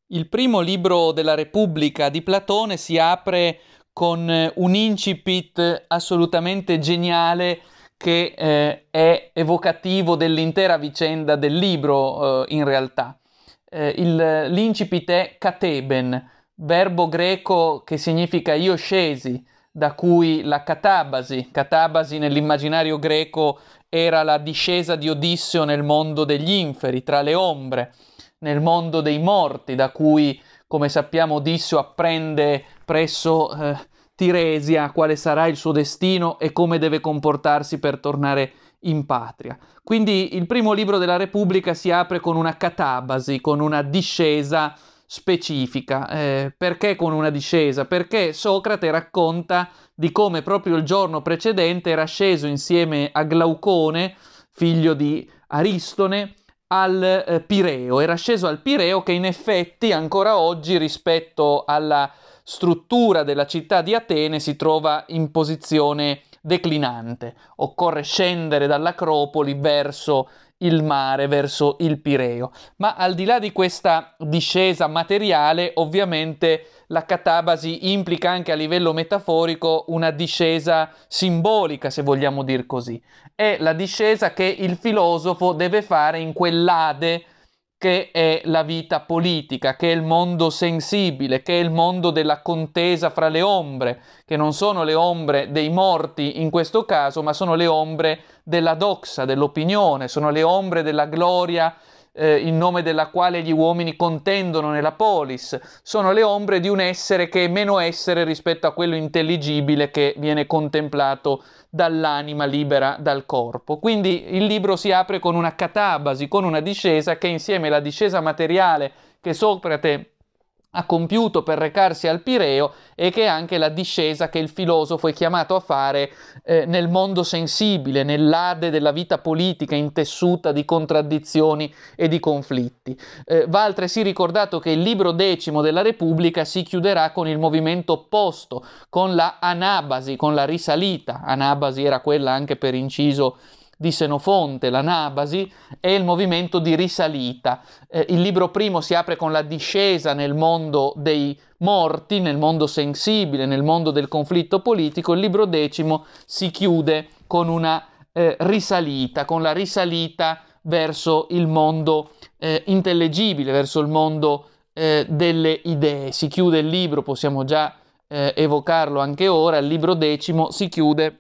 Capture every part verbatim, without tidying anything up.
Il primo libro della Repubblica di Platone si apre con eh, un incipit assolutamente geniale che eh, è evocativo dell'intera vicenda del libro, eh, in realtà. Eh, il- l'incipit è kateben, verbo greco che significa io scesi, da cui la catabasi. Catabasi nell'immaginario greco era la discesa di Odisseo nel mondo degli inferi, tra le ombre, nel mondo dei morti, da cui, come sappiamo, Odisseo apprende presso eh, Tiresia quale sarà il suo destino e come deve comportarsi per tornare in patria. Quindi il primo libro della Repubblica si apre con una catabasi, con una discesa specifica. Eh, perché con una discesa? Perché Socrate racconta di come proprio il giorno precedente era sceso insieme a Glaucone, figlio di Aristone, al eh, Pireo. Era sceso al Pireo che in effetti ancora oggi rispetto alla struttura della città di Atene si trova in posizione declinante. Occorre scendere dall'Acropoli verso il mare, verso il Pireo. Ma al di là di questa discesa materiale, ovviamente la catabasi implica anche a livello metaforico una discesa simbolica, se vogliamo dir così. È la discesa che il filosofo deve fare in quell'Ade che è la vita politica, che è il mondo sensibile, che è il mondo della contesa fra le ombre, che non sono le ombre dei morti in questo caso, ma sono le ombre della doxa, dell'opinione, sono le ombre della gloria eh, in nome della quale gli uomini contendono nella polis, sono le ombre di un essere che è meno essere rispetto a quello intelligibile che viene contemplato dall'anima libera dal corpo. Quindi il libro si apre con una catabasi, con una discesa che insieme alla discesa materiale che Socrate ha compiuto per recarsi al Pireo e che è anche la discesa che il filosofo è chiamato a fare eh, nel mondo sensibile, nell'ade della vita politica intessuta di contraddizioni e di conflitti. Eh, va altresì ricordato che il libro decimo della Repubblica si chiuderà con il movimento opposto, con la anabasi, con la risalita. Anabasi era quella anche per inciso di Senofonte, l'anabasi, è il movimento di risalita. Eh, il libro primo si apre con la discesa nel mondo dei morti, nel mondo sensibile, nel mondo del conflitto politico. Il libro decimo si chiude con una eh, risalita, con la risalita verso il mondo eh, intellegibile, verso il mondo eh, delle idee. Si chiude il libro, possiamo già eh, evocarlo anche ora, il libro decimo si chiude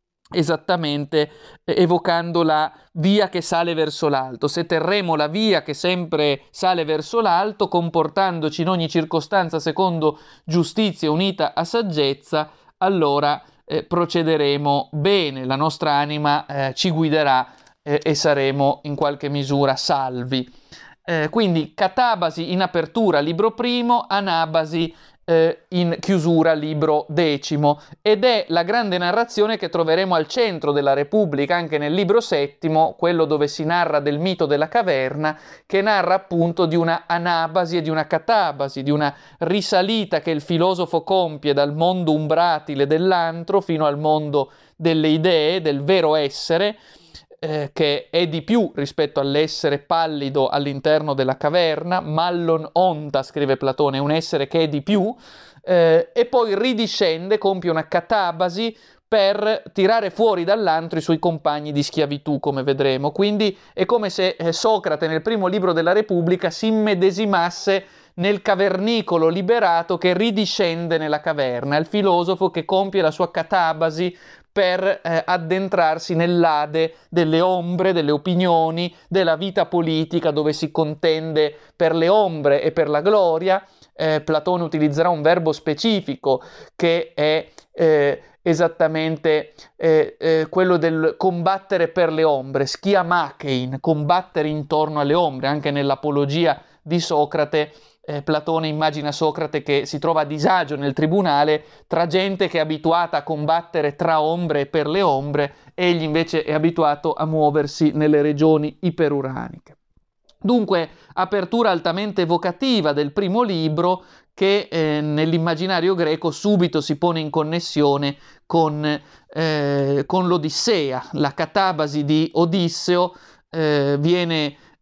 esattamente eh, evocando la via che sale verso l'alto. Se terremo la via che sempre sale verso l'alto, comportandoci in ogni circostanza secondo giustizia unita a saggezza, allora eh, procederemo bene, la nostra anima eh, ci guiderà eh, e saremo in qualche misura salvi. Eh, quindi catabasi in apertura, libro primo, anabasi eh, in chiusura, libro decimo, ed è la grande narrazione che troveremo al centro della Repubblica anche nel libro settimo, quello dove si narra del mito della caverna, che narra appunto di una anabasi e di una catabasi, di una risalita che il filosofo compie dal mondo umbratile dell'antro fino al mondo delle idee, del vero essere, eh, che è di più rispetto all'essere pallido all'interno della caverna. Mallon onta, scrive Platone, è un essere che è di più, eh, e poi ridiscende, compie una catabasi per tirare fuori dall'antro i suoi compagni di schiavitù, come vedremo. Quindi è come se eh, Socrate nel primo libro della Repubblica si immedesimasse nel cavernicolo liberato che ridiscende nella caverna, il filosofo che compie la sua catabasi per eh, addentrarsi nell'Ade delle ombre, delle opinioni, della vita politica dove si contende per le ombre e per la gloria. Eh, Platone utilizzerà un verbo specifico che è eh, esattamente eh, eh, quello del combattere per le ombre, schiamachein, combattere intorno alle ombre. Anche nell'apologia di Socrate Eh, Platone immagina Socrate che si trova a disagio nel tribunale tra gente che è abituata a combattere tra ombre e per le ombre, egli invece è abituato a muoversi nelle regioni iperuraniche. Dunque, apertura altamente evocativa del primo libro che eh, nell'immaginario greco subito si pone in connessione con, eh, con l'Odissea. La catabasi di Odisseo eh, viene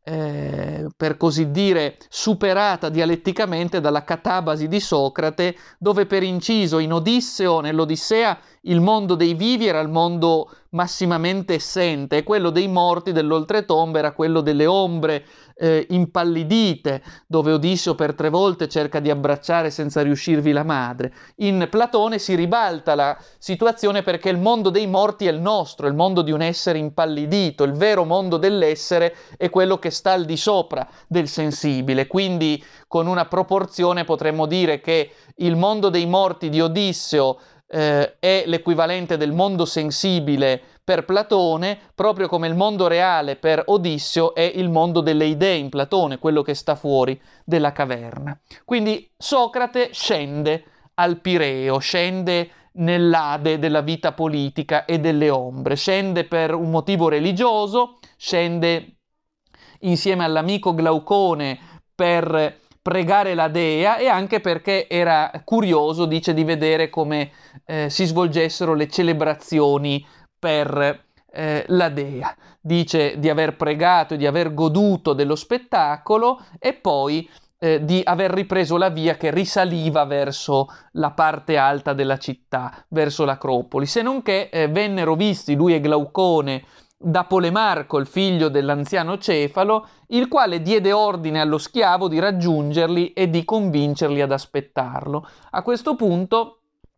eh, per così dire, superata dialetticamente dalla catabasi di Socrate, dove per inciso in Odisseo, nell'Odissea, il mondo dei vivi era il mondo massimamente essente, e quello dei morti dell'oltretomba era quello delle ombre eh, impallidite, dove Odisseo per tre volte cerca di abbracciare senza riuscirvi la madre. In Platone si ribalta la situazione, perché il mondo dei morti è il nostro, è il mondo di un essere impallidito, il vero mondo dell'essere è quello che sta al di sopra del sensibile, quindi con una proporzione potremmo dire che il mondo dei morti di Odisseo eh, è l'equivalente del mondo sensibile per Platone, proprio come il mondo reale per Odisseo è il mondo delle idee in Platone, quello che sta fuori della caverna. Quindi Socrate scende al Pireo, scende nell'Ade della vita politica e delle ombre, scende per un motivo religioso, scende insieme all'amico Glaucone per pregare la dea, e anche perché era curioso, dice, di vedere come eh, si svolgessero le celebrazioni per eh, la dea. Dice di aver pregato e di aver goduto dello spettacolo, e poi eh, di aver ripreso la via che risaliva verso la parte alta della città, verso l'Acropoli, se non che eh, vennero visti lui e Glaucone da Polemarco, il figlio dell'anziano Cefalo, il quale diede ordine allo schiavo di raggiungerli e di convincerli ad aspettarlo. A questo punto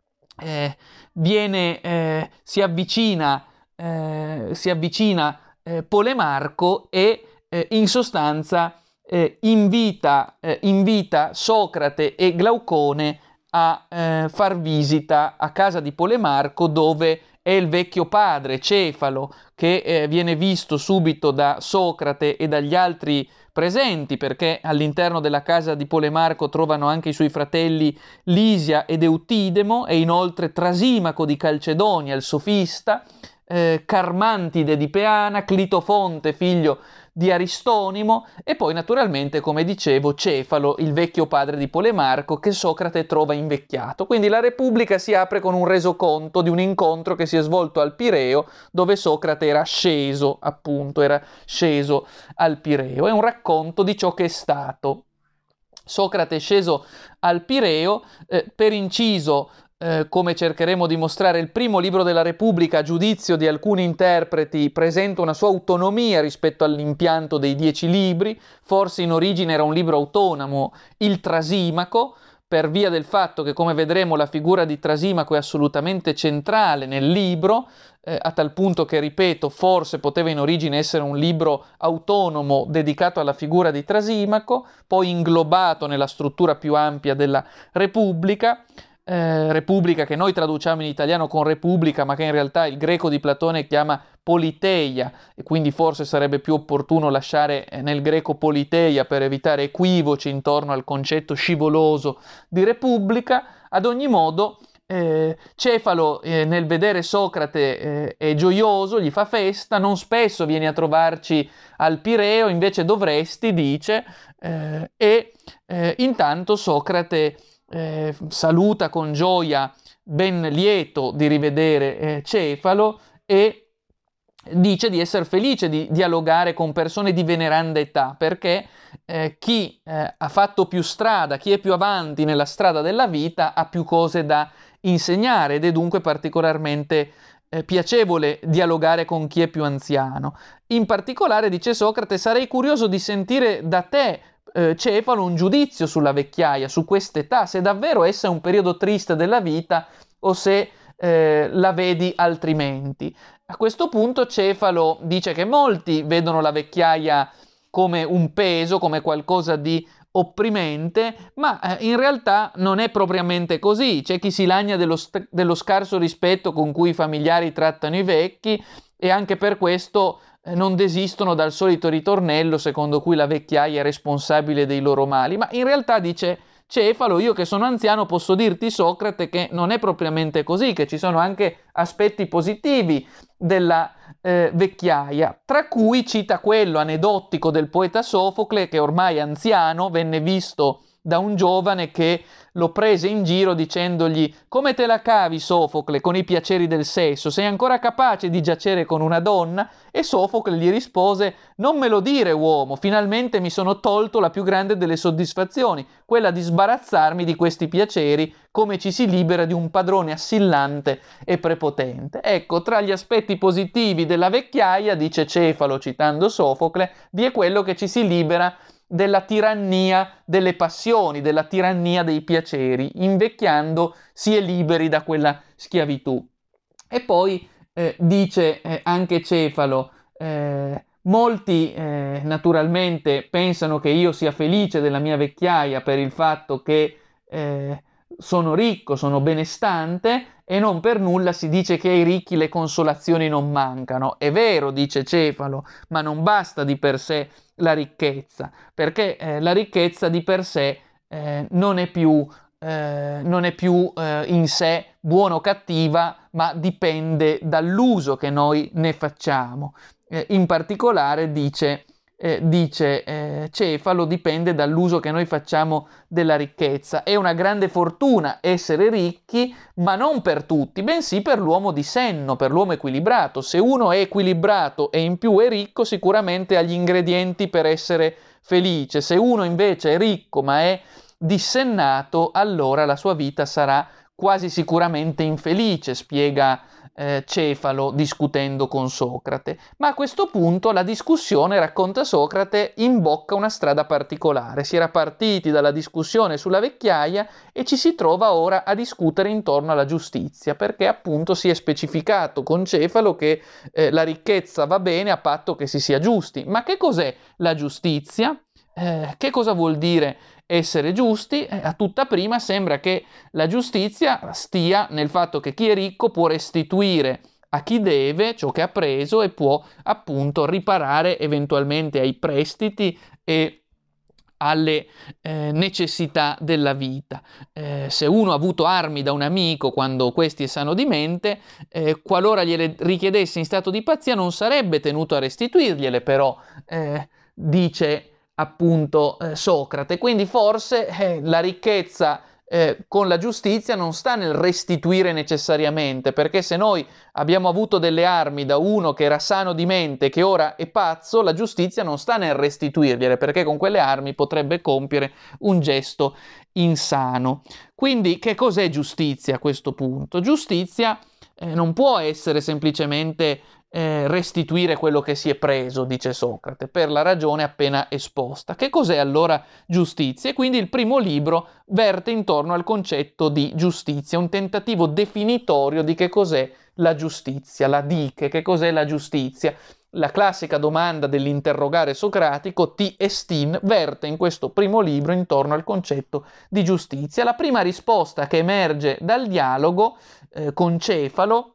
eh, viene, eh, si avvicina, eh, si avvicina eh, Polemarco e eh, in sostanza eh, invita, eh, invita Socrate e Glaucone a eh, far visita a casa di Polemarco, dove è il vecchio padre Cefalo, che eh, viene visto subito da Socrate e dagli altri presenti, perché all'interno della casa di Polemarco trovano anche i suoi fratelli Lisia ed Eutidemo, e inoltre Trasimaco di Calcedonia, il sofista, eh, Carmantide di Peana, Clitofonte, figlio di Aristonimo, e poi naturalmente, come dicevo, Cefalo, il vecchio padre di Polemarco, che Socrate trova invecchiato. Quindi la Repubblica si apre con un resoconto di un incontro che si è svolto al Pireo, dove Socrate era sceso, appunto, era sceso al Pireo. È un racconto di ciò che è stato. Socrate è sceso al Pireo, eh, per inciso, Eh, come cercheremo di mostrare, il primo libro della Repubblica, a giudizio di alcuni interpreti, presenta una sua autonomia rispetto all'impianto dei dieci libri. Forse in origine era un libro autonomo, il Trasimaco, per via del fatto che, come vedremo, la figura di Trasimaco è assolutamente centrale nel libro, eh, a tal punto che, ripeto, forse poteva in origine essere un libro autonomo dedicato alla figura di Trasimaco, poi inglobato nella struttura più ampia della Repubblica. Eh, Repubblica che noi traduciamo in italiano con Repubblica, ma che in realtà il greco di Platone chiama Politeia, e quindi forse sarebbe più opportuno lasciare nel greco Politeia per evitare equivoci intorno al concetto scivoloso di Repubblica. Ad ogni modo, eh, Cefalo eh, nel vedere Socrate eh, è gioioso, gli fa festa. Non spesso vieni a trovarci al Pireo, invece dovresti, dice, eh, e eh, intanto Socrate Eh, saluta con gioia, ben lieto di rivedere eh, Cefalo, e dice di essere felice di dialogare con persone di veneranda età, perché eh, chi eh, ha fatto più strada, chi è più avanti nella strada della vita, ha più cose da insegnare, ed è dunque particolarmente eh, piacevole dialogare con chi è più anziano. In particolare, dice Socrate, sarei curioso di sentire da te, Cefalo, un giudizio sulla vecchiaia, su quest'età, se davvero essa è un periodo triste della vita o se eh, la vedi altrimenti. A questo punto Cefalo dice che molti vedono la vecchiaia come un peso, come qualcosa di opprimente, ma eh, in realtà non è propriamente così. C'è chi si lagna dello, st- dello scarso rispetto con cui i familiari trattano i vecchi, e anche per questo non desistono dal solito ritornello secondo cui la vecchiaia è responsabile dei loro mali. Ma in realtà, dice Cefalo, io che sono anziano posso dirti, Socrate, che non è propriamente così, che ci sono anche aspetti positivi della eh, vecchiaia, tra cui cita quello aneddotico del poeta Sofocle, che ormai anziano venne visto da un giovane che lo prese in giro dicendogli: come te la cavi, Sofocle, con i piaceri del sesso? Sei ancora capace di giacere con una donna? E Sofocle gli rispose: non me lo dire, uomo, finalmente mi sono tolto la più grande delle soddisfazioni, quella di sbarazzarmi di questi piaceri, come ci si libera di un padrone assillante e prepotente. Ecco, tra gli aspetti positivi della vecchiaia, dice Cefalo citando Sofocle, vi è quello che ci si libera della tirannia delle passioni, della tirannia dei piaceri. Invecchiando si è liberi da quella schiavitù. E poi eh, dice eh, anche Cefalo, eh, molti eh, naturalmente pensano che io sia felice della mia vecchiaia per il fatto che eh, sono ricco, sono benestante, e non per nulla si dice che ai ricchi le consolazioni non mancano. È vero, dice Cefalo, ma non basta di per sé la ricchezza, perché eh, la ricchezza di per sé eh, non è più, eh, non è più eh, in sé buona o cattiva, ma dipende dall'uso che noi ne facciamo. Eh, in particolare dice, eh, dice eh, Cefalo, dipende dall'uso che noi facciamo della ricchezza. È una grande fortuna essere ricchi, ma non per tutti, bensì per l'uomo di senno, per l'uomo equilibrato. Se uno è equilibrato e in più è ricco, sicuramente ha gli ingredienti per essere felice. Se uno invece è ricco ma è dissennato, allora la sua vita sarà quasi sicuramente infelice, spiega eh, Cefalo discutendo con Socrate. Ma a questo punto la discussione, racconta Socrate, imbocca una strada particolare. Si era partiti dalla discussione sulla vecchiaia e ci si trova ora a discutere intorno alla giustizia, perché appunto si è specificato con Cefalo che eh, la ricchezza va bene a patto che si sia giusti. Ma che cos'è la giustizia? Eh, che cosa vuol dire essere giusti? Eh, a tutta prima sembra che la giustizia stia nel fatto che chi è ricco può restituire a chi deve ciò che ha preso e può appunto riparare eventualmente ai prestiti e alle eh, necessità della vita. Eh, se uno ha avuto armi da un amico quando questi è sano di mente, eh, qualora gliele richiedesse in stato di pazzia non sarebbe tenuto a restituirgliele, però eh, dice appunto eh, Socrate. Quindi forse eh, la ricchezza eh, con la giustizia non sta nel restituire necessariamente, perché se noi abbiamo avuto delle armi da uno che era sano di mente, che ora è pazzo, la giustizia non sta nel restituirgliele, perché con quelle armi potrebbe compiere un gesto insano. Quindi che cos'è giustizia a questo punto? Giustizia eh, non può essere semplicemente Eh, restituire quello che si è preso, dice Socrate, per la ragione appena esposta. Che cos'è allora giustizia? E quindi il primo libro verte intorno al concetto di giustizia, un tentativo definitorio di che cos'è la giustizia, la diche, che cos'è la giustizia. La classica domanda dell'interrogare socratico, ti estin, verte in questo primo libro intorno al concetto di giustizia. La prima risposta che emerge dal dialogo eh, con Cefalo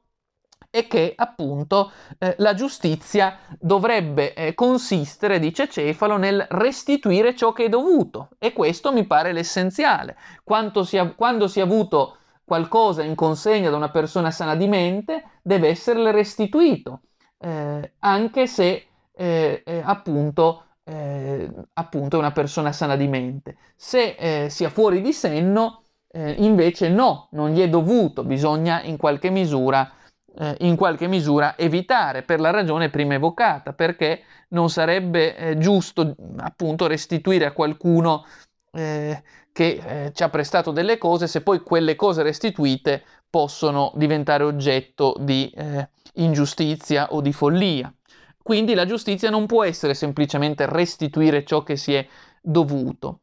e che appunto eh, la giustizia dovrebbe eh, consistere, dice Cefalo, nel restituire ciò che è dovuto, e questo mi pare l'essenziale. Quando si, ha, quando si è avuto qualcosa in consegna da una persona sana di mente, deve esserle restituito, eh, anche se eh, eh, appunto, eh, appunto è una persona sana di mente. Se eh, sia fuori di senno, eh, invece no, non gli è dovuto, bisogna in qualche misura Eh, in qualche misura evitare, per la ragione prima evocata, perché non sarebbe eh, giusto appunto restituire a qualcuno eh, che eh, ci ha prestato delle cose, se poi quelle cose restituite possono diventare oggetto di eh, ingiustizia o di follia. Quindi la giustizia non può essere semplicemente restituire ciò che si è dovuto,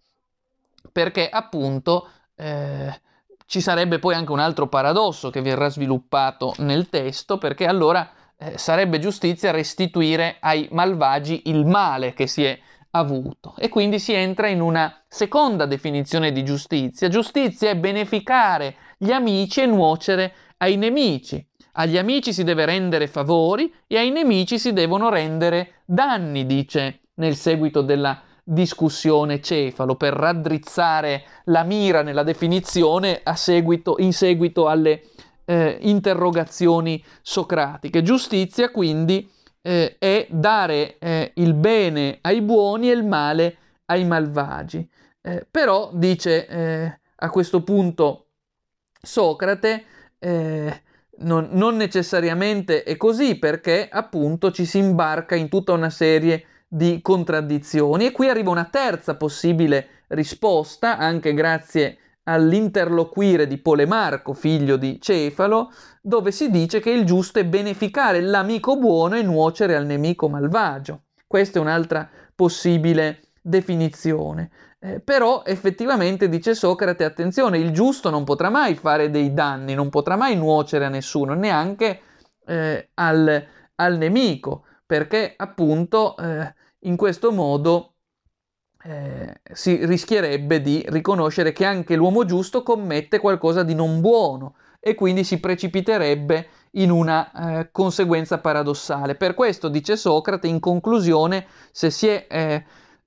perché appunto eh, ci sarebbe poi anche un altro paradosso che verrà sviluppato nel testo, perché allora eh, sarebbe giustizia restituire ai malvagi il male che si è avuto. E quindi si entra in una seconda definizione di giustizia. Giustizia è beneficare gli amici e nuocere ai nemici. Agli amici si deve rendere favori e ai nemici si devono rendere danni, dice nel seguito della discussione Cefalo, per raddrizzare la mira nella definizione a seguito, in seguito alle eh, interrogazioni socratiche. Giustizia quindi eh, è dare eh, il bene ai buoni e il male ai malvagi. Eh, però dice eh, a questo punto Socrate, eh, non, non necessariamente è così, perché appunto ci si imbarca in tutta una serie di contraddizioni. E qui arriva una terza possibile risposta, anche grazie all'interloquire di Polemarco, figlio di Cefalo, dove si dice che il giusto è beneficare l'amico buono e nuocere al nemico malvagio. Questa è un'altra possibile definizione. Eh, però effettivamente, dice Socrate, attenzione, il giusto non potrà mai fare dei danni, non potrà mai nuocere a nessuno, neanche eh, al, al nemico, perché appunto eh, in questo modo eh, si rischierebbe di riconoscere che anche l'uomo giusto commette qualcosa di non buono e quindi si precipiterebbe in una eh, conseguenza paradossale. Per questo, dice Socrate, in conclusione, se si è eh,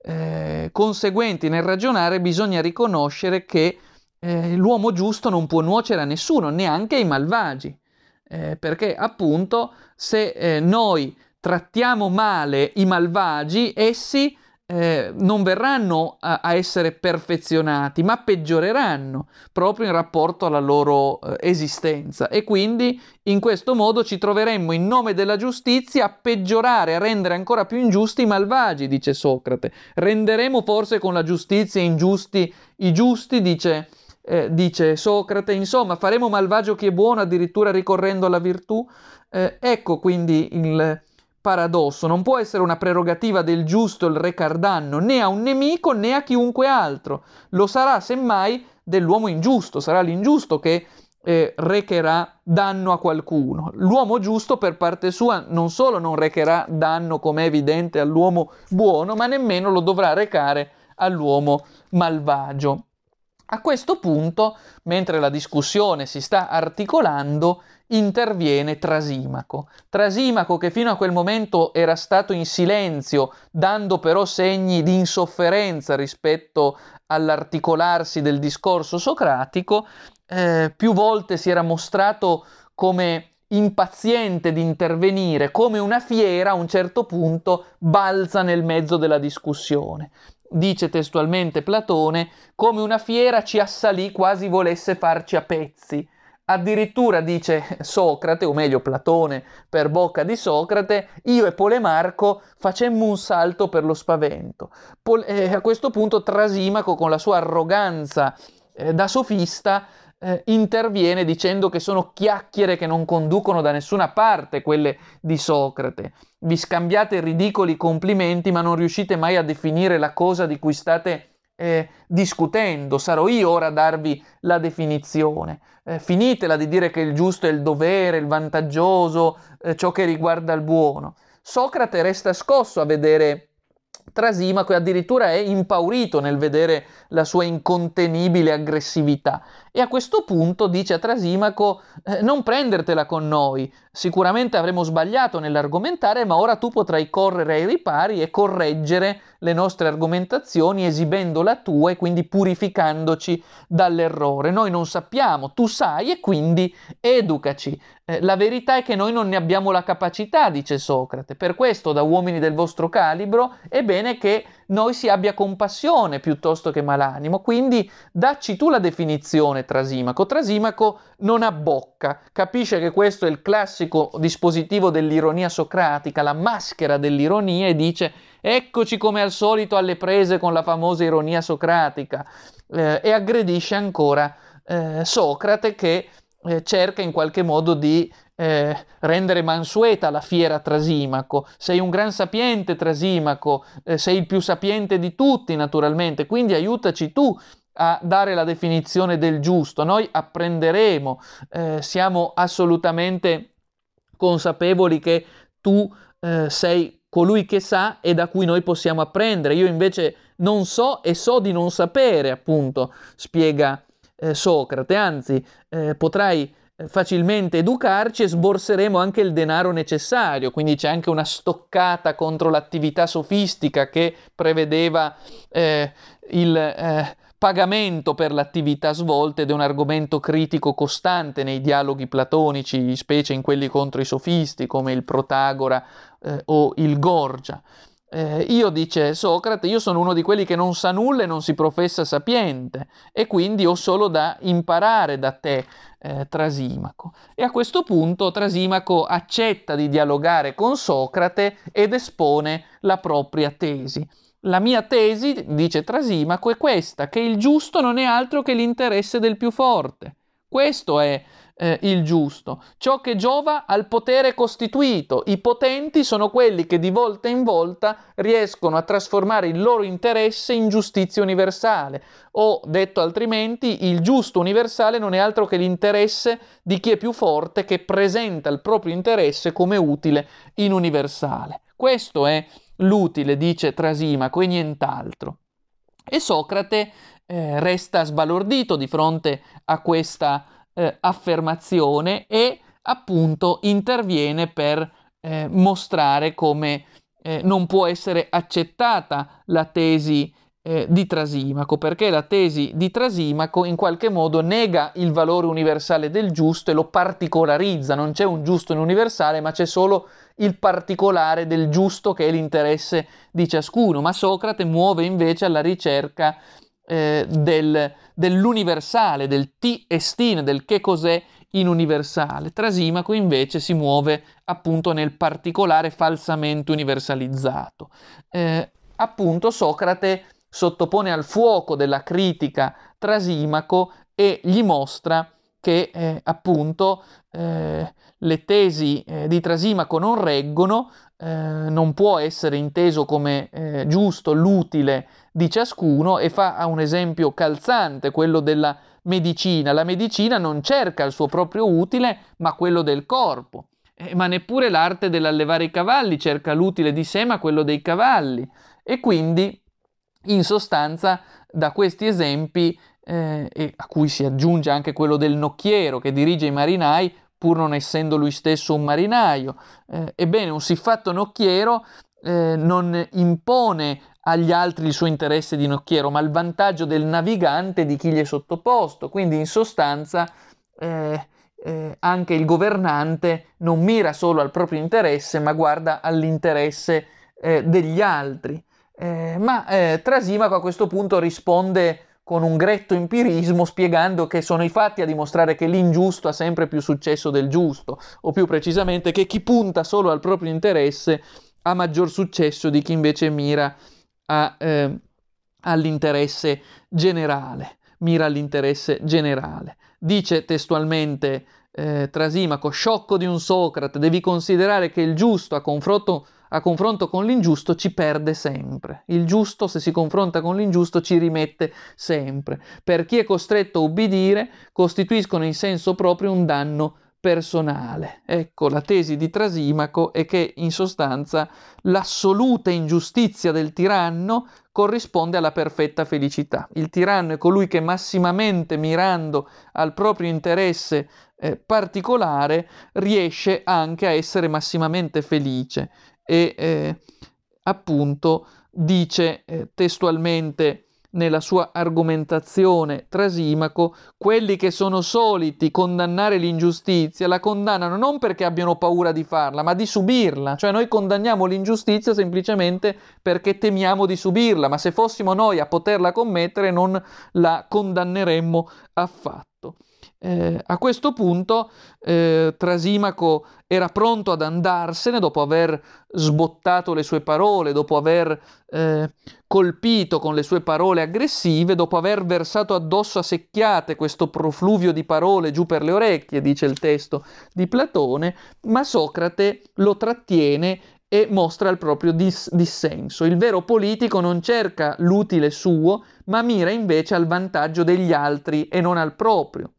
eh, conseguenti nel ragionare, bisogna riconoscere che eh, l'uomo giusto non può nuocere a nessuno, neanche ai malvagi, eh, perché appunto se eh, noi trattiamo male i malvagi, essi eh, non verranno a, a essere perfezionati, ma peggioreranno proprio in rapporto alla loro eh, esistenza. E quindi in questo modo ci troveremmo in nome della giustizia a peggiorare, a rendere ancora più ingiusti i malvagi, dice Socrate. Renderemo forse con la giustizia ingiusti i giusti, dice, eh, dice Socrate. Insomma, faremo malvagio chi è buono, addirittura ricorrendo alla virtù. Eh, ecco quindi il paradosso: non può essere una prerogativa del giusto il recar danno né a un nemico né a chiunque altro, lo sarà semmai dell'uomo ingiusto, sarà l'ingiusto che eh, recherà danno a qualcuno. L'uomo giusto per parte sua non solo non recherà danno, come è evidente, all'uomo buono, ma nemmeno lo dovrà recare all'uomo malvagio. A questo punto, mentre la discussione si sta articolando, interviene Trasimaco. Trasimaco, che fino a quel momento era stato in silenzio, dando però segni di insofferenza rispetto all'articolarsi del discorso socratico, eh, più volte si era mostrato come impaziente di intervenire, come una fiera a un certo punto balza nel mezzo della discussione. Dice testualmente Platone: come una fiera ci assalì quasi volesse farci a pezzi. Addirittura, dice Socrate, o meglio Platone per bocca di Socrate, io e Polemarco facemmo un salto per lo spavento. Pol- eh, a questo punto Trasimaco, con la sua arroganza eh, da sofista, eh, interviene dicendo che sono chiacchiere che non conducono da nessuna parte, quelle di Socrate. Vi scambiate ridicoli complimenti, ma non riuscite mai a definire la cosa di cui state eh, discutendo. Sarò io ora a darvi la definizione. Eh, finitela di dire che il giusto è il dovere, il vantaggioso, eh, ciò che riguarda il buono. Socrate resta scosso a vedere Trasimaco e addirittura è impaurito nel vedere la sua incontenibile aggressività. E a questo punto dice a Trasimaco: eh, non prendertela con noi, sicuramente avremo sbagliato nell'argomentare, ma ora tu potrai correre ai ripari e correggere le nostre argomentazioni esibendo la tua e quindi purificandoci dall'errore. Noi non sappiamo, tu sai, e quindi educaci. Eh, la verità è che noi non ne abbiamo la capacità, dice Socrate. Per questo, da uomini del vostro calibro, è bene che noi si abbia compassione piuttosto che malanimo. Quindi dacci tu la definizione, Trasimaco. Trasimaco non abbocca, capisce che questo è il classico dispositivo dell'ironia socratica, la maschera dell'ironia, e dice: eccoci come al solito alle prese con la famosa ironia socratica, eh, e aggredisce ancora eh, Socrate, che eh, cerca in qualche modo di eh, rendere mansueta la fiera Trasimaco. Sei un gran sapiente, Trasimaco, eh, sei il più sapiente di tutti, naturalmente, quindi aiutaci tu a dare la definizione del giusto. Noi apprenderemo, eh, siamo assolutamente consapevoli che tu eh, sei colui che sa e da cui noi possiamo apprendere. Io invece non so e so di non sapere, appunto, spiega eh, Socrate, anzi eh, potrai facilmente educarci e sborseremo anche il denaro necessario. Quindi c'è anche una stoccata contro l'attività sofistica che prevedeva eh, il eh, pagamento per l'attività svolta, ed è un argomento critico costante nei dialoghi platonici, specie in quelli contro i sofisti come il Protagora eh, o il Gorgia. Eh, io, dice Socrate, io sono uno di quelli che non sa nulla e non si professa sapiente, e quindi ho solo da imparare da te, eh, Trasimaco. E a questo punto Trasimaco accetta di dialogare con Socrate ed espone la propria tesi. La mia tesi, dice Trasimaco, è questa, che il giusto non è altro che l'interesse del più forte. Questo è eh, il giusto, ciò che giova al potere costituito. I potenti sono quelli che di volta in volta riescono a trasformare il loro interesse in giustizia universale, o detto altrimenti, il giusto universale non è altro che l'interesse di chi è più forte, che presenta il proprio interesse come utile in universale. Questo è l'utile, dice Trasimaco, e nient'altro. E Socrate eh, resta sbalordito di fronte a questa eh, affermazione e appunto interviene per eh, mostrare come eh, non può essere accettata la tesi eh, di Trasimaco, perché la tesi di Trasimaco in qualche modo nega il valore universale del giusto e lo particolarizza. Non c'è un giusto in universale, ma c'è solo il particolare del giusto, che è l'interesse di ciascuno. Ma Socrate muove invece alla ricerca eh, del, dell'universale, del ti estin, del che cos'è in universale. Trasimaco invece si muove appunto nel particolare falsamente universalizzato. Eh, appunto Socrate sottopone al fuoco della critica Trasimaco e gli mostra che eh, appunto eh, le tesi eh, di Trasimaco non reggono, eh, non può essere inteso come eh, giusto l'utile di ciascuno, e fa un esempio calzante, quello della medicina. La medicina non cerca il suo proprio utile, ma quello del corpo. Eh, ma neppure l'arte dell'allevare i cavalli cerca l'utile di sé, ma quello dei cavalli. E quindi, in sostanza, da questi esempi, eh, e a cui si aggiunge anche quello del nocchiero che dirige i marinai, pur non essendo lui stesso un marinaio. Eh, ebbene, un siffatto nocchiero eh, non impone agli altri il suo interesse di nocchiero, ma il vantaggio del navigante, di chi gli è sottoposto. Quindi, in sostanza, eh, eh, anche il governante non mira solo al proprio interesse, ma guarda all'interesse eh, degli altri. Eh, ma eh, Trasimaco a questo punto risponde con un gretto empirismo, spiegando che sono i fatti a dimostrare che l'ingiusto ha sempre più successo del giusto, o più precisamente che chi punta solo al proprio interesse ha maggior successo di chi invece mira a, eh, all'interesse generale, mira all'interesse generale. Dice testualmente eh, Trasimaco: sciocco di un Socrate, devi considerare che il giusto a confronto a confronto con l'ingiusto ci perde sempre. Il giusto, se si confronta con l'ingiusto, ci rimette sempre. Per chi è costretto a ubbidire, costituiscono in senso proprio un danno personale. Ecco, la tesi di Trasimaco è che in sostanza l'assoluta ingiustizia del tiranno corrisponde alla perfetta felicità. Il tiranno è colui che massimamente mirando al proprio interesse eh, particolare riesce anche a essere massimamente felice. E eh, appunto dice eh, testualmente nella sua argomentazione Trasimaco: quelli che sono soliti condannare l'ingiustizia la condannano non perché abbiano paura di farla, ma di subirla. Cioè noi condanniamo l'ingiustizia semplicemente perché temiamo di subirla, ma se fossimo noi a poterla commettere non la condanneremmo affatto. Eh, a questo punto eh, Trasimaco era pronto ad andarsene dopo aver sbottato le sue parole, dopo aver eh, colpito con le sue parole aggressive, dopo aver versato addosso a secchiate questo profluvio di parole giù per le orecchie, dice il testo di Platone, ma Socrate lo trattiene e mostra il proprio dis- dissenso. Il vero politico non cerca l'utile suo, ma mira invece al vantaggio degli altri e non al proprio.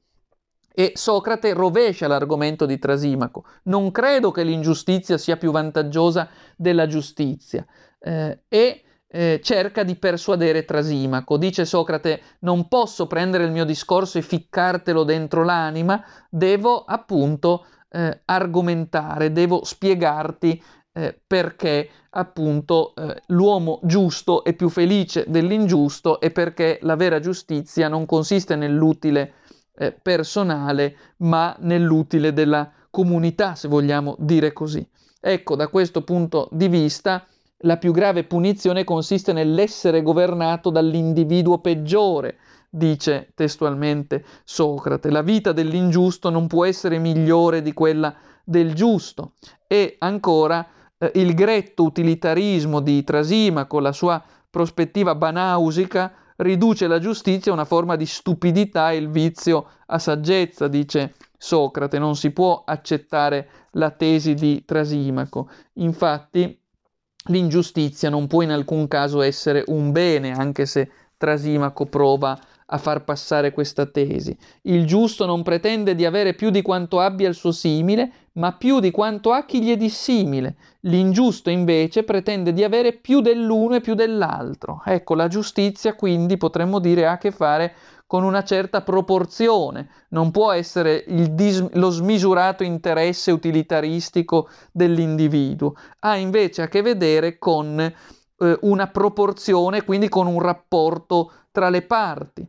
E Socrate rovescia l'argomento di Trasimaco: non credo che l'ingiustizia sia più vantaggiosa della giustizia, eh, e eh, cerca di persuadere Trasimaco. Dice Socrate: non posso prendere il mio discorso e ficcartelo dentro l'anima, devo appunto eh, argomentare, devo spiegarti eh, perché appunto eh, l'uomo giusto è più felice dell'ingiusto, e perché la vera giustizia non consiste nell'utile Eh, personale, ma nell'utile della comunità, se vogliamo dire così. Ecco, da questo punto di vista la più grave punizione consiste nell'essere governato dall'individuo peggiore, dice testualmente Socrate. La vita dell'ingiusto non può essere migliore di quella del giusto. E ancora eh, il gretto utilitarismo di Trasimaco, la sua prospettiva banausica, riduce la giustizia a una forma di stupidità e il vizio a saggezza, dice Socrate. Non si può accettare la tesi di Trasimaco. Infatti, l'ingiustizia non può in alcun caso essere un bene, anche se Trasimaco prova a far passare questa tesi. Il giusto non pretende di avere più di quanto abbia il suo simile, ma più di quanto ha chi gli è dissimile. L'ingiusto invece pretende di avere più dell'uno e più dell'altro. Ecco, la giustizia quindi potremmo dire ha a che fare con una certa proporzione, non può essere il dis- lo smisurato interesse utilitaristico dell'individuo, ha invece a che vedere con eh, una proporzione, quindi con un rapporto tra le parti.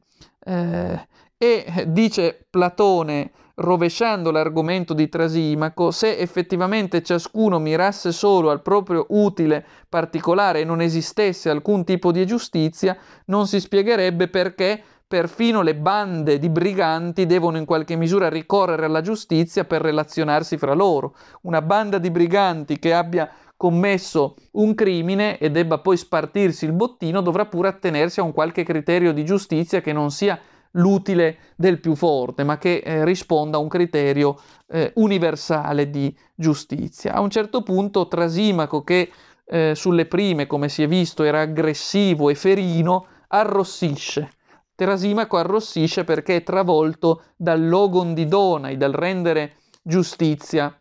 Eh, e dice Platone, rovesciando l'argomento di Trasimaco, se effettivamente ciascuno mirasse solo al proprio utile particolare e non esistesse alcun tipo di giustizia, non si spiegherebbe perché perfino le bande di briganti devono in qualche misura ricorrere alla giustizia per relazionarsi fra loro. Una banda di briganti che abbia commesso un crimine e debba poi spartirsi il bottino dovrà pure attenersi a un qualche criterio di giustizia che non sia l'utile del più forte, ma che eh, risponda a un criterio eh, universale di giustizia. A un certo punto Trasimaco, che eh, sulle prime, come si è visto, era aggressivo e ferino, arrossisce. Trasimaco arrossisce perché è travolto dal logon di Donai, dal rendere giustizia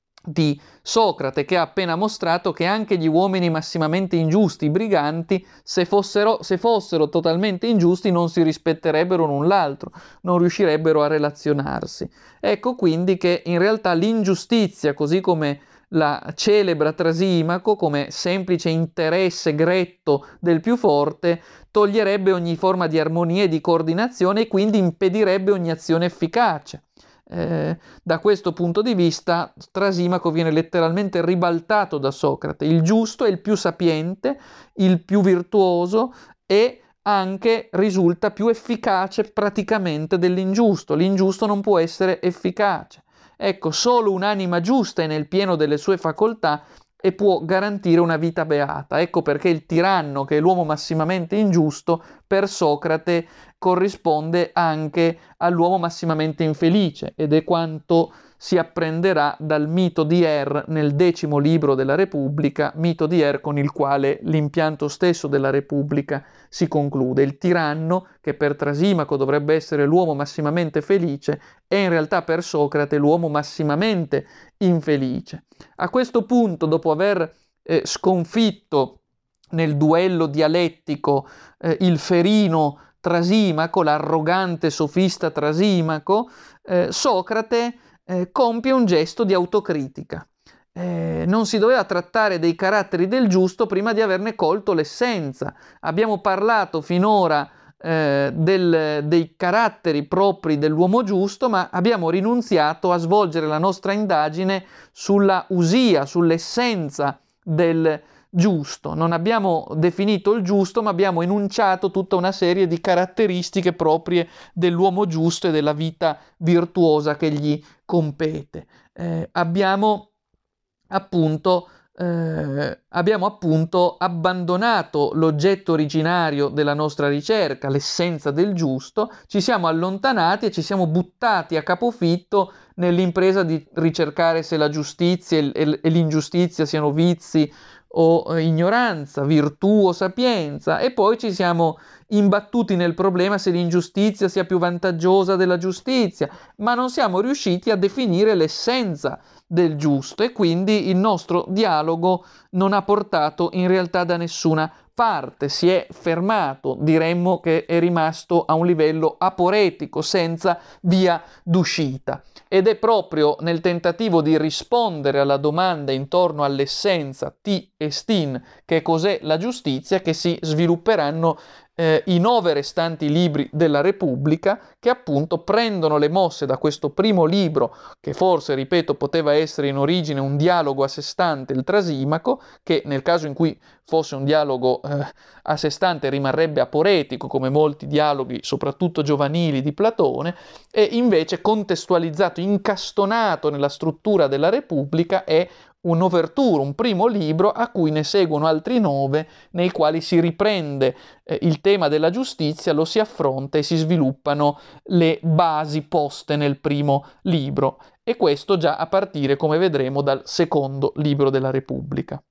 di Socrate, che ha appena mostrato che anche gli uomini massimamente ingiusti, i briganti, se fossero, se fossero totalmente ingiusti non si rispetterebbero l'un l'altro, non riuscirebbero a relazionarsi. Ecco quindi che in realtà l'ingiustizia, così come la celebra Trasimaco, come semplice interesse gretto del più forte, toglierebbe ogni forma di armonia e di coordinazione e quindi impedirebbe ogni azione efficace. Eh, da questo punto di vista Trasimaco viene letteralmente ribaltato da Socrate. Il giusto è il più sapiente, il più virtuoso e anche risulta più efficace praticamente dell'ingiusto. L'ingiusto non può essere efficace. Ecco, solo un'anima giusta è nel pieno delle sue facoltà e può garantire una vita beata. Ecco perché il tiranno, che è l'uomo massimamente ingiusto, per Socrate corrisponde anche all'uomo massimamente infelice, ed è quanto si apprenderà dal mito di Er nel decimo libro della Repubblica, mito di Er con il quale l'impianto stesso della Repubblica si conclude. Il tiranno, che per Trasimaco dovrebbe essere l'uomo massimamente felice, è in realtà per Socrate l'uomo massimamente infelice. A questo punto, dopo aver eh, sconfitto nel duello dialettico eh, il ferino Trasimaco, l'arrogante sofista Trasimaco, eh, Socrate eh, compie un gesto di autocritica. Eh, non si doveva trattare dei caratteri del giusto prima di averne colto l'essenza. Abbiamo parlato finora eh, del, dei caratteri propri dell'uomo giusto, ma abbiamo rinunziato a svolgere la nostra indagine sulla usia, sull'essenza del giusto. Non abbiamo definito il giusto, ma abbiamo enunciato tutta una serie di caratteristiche proprie dell'uomo giusto e della vita virtuosa che gli compete. Eh, abbiamo appunto eh, abbiamo appunto abbandonato l'oggetto originario della nostra ricerca, l'essenza del giusto, ci siamo allontanati e ci siamo buttati a capofitto nell'impresa di ricercare se la giustizia e, e, e l'ingiustizia siano vizi o eh, ignoranza, virtù o sapienza, e poi ci siamo imbattuti nel problema se l'ingiustizia sia più vantaggiosa della giustizia, ma non siamo riusciti a definire l'essenza del giusto e quindi il nostro dialogo non ha portato in realtà da nessuna parte, si è fermato, diremmo che è rimasto a un livello aporetico, senza via d'uscita. Ed è proprio nel tentativo di rispondere alla domanda intorno all'essenza ti estin, che cos'è la giustizia, che si svilupperanno eh, i nove restanti libri della Repubblica, che appunto prendono le mosse da questo primo libro, che forse, ripeto, poteva essere in origine un dialogo a sé stante, il Trasimaco, che nel caso in cui fosse un dialogo eh, a sé stante rimarrebbe aporetico, come molti dialoghi, soprattutto giovanili, di Platone, e invece contestualizzato, incastonato nella struttura della Repubblica è un'ouverture, un primo libro a cui ne seguono altri nove nei quali si riprende eh, il tema della giustizia, lo si affronta e si sviluppano le basi poste nel primo libro, e questo già a partire, come vedremo, dal secondo libro della Repubblica.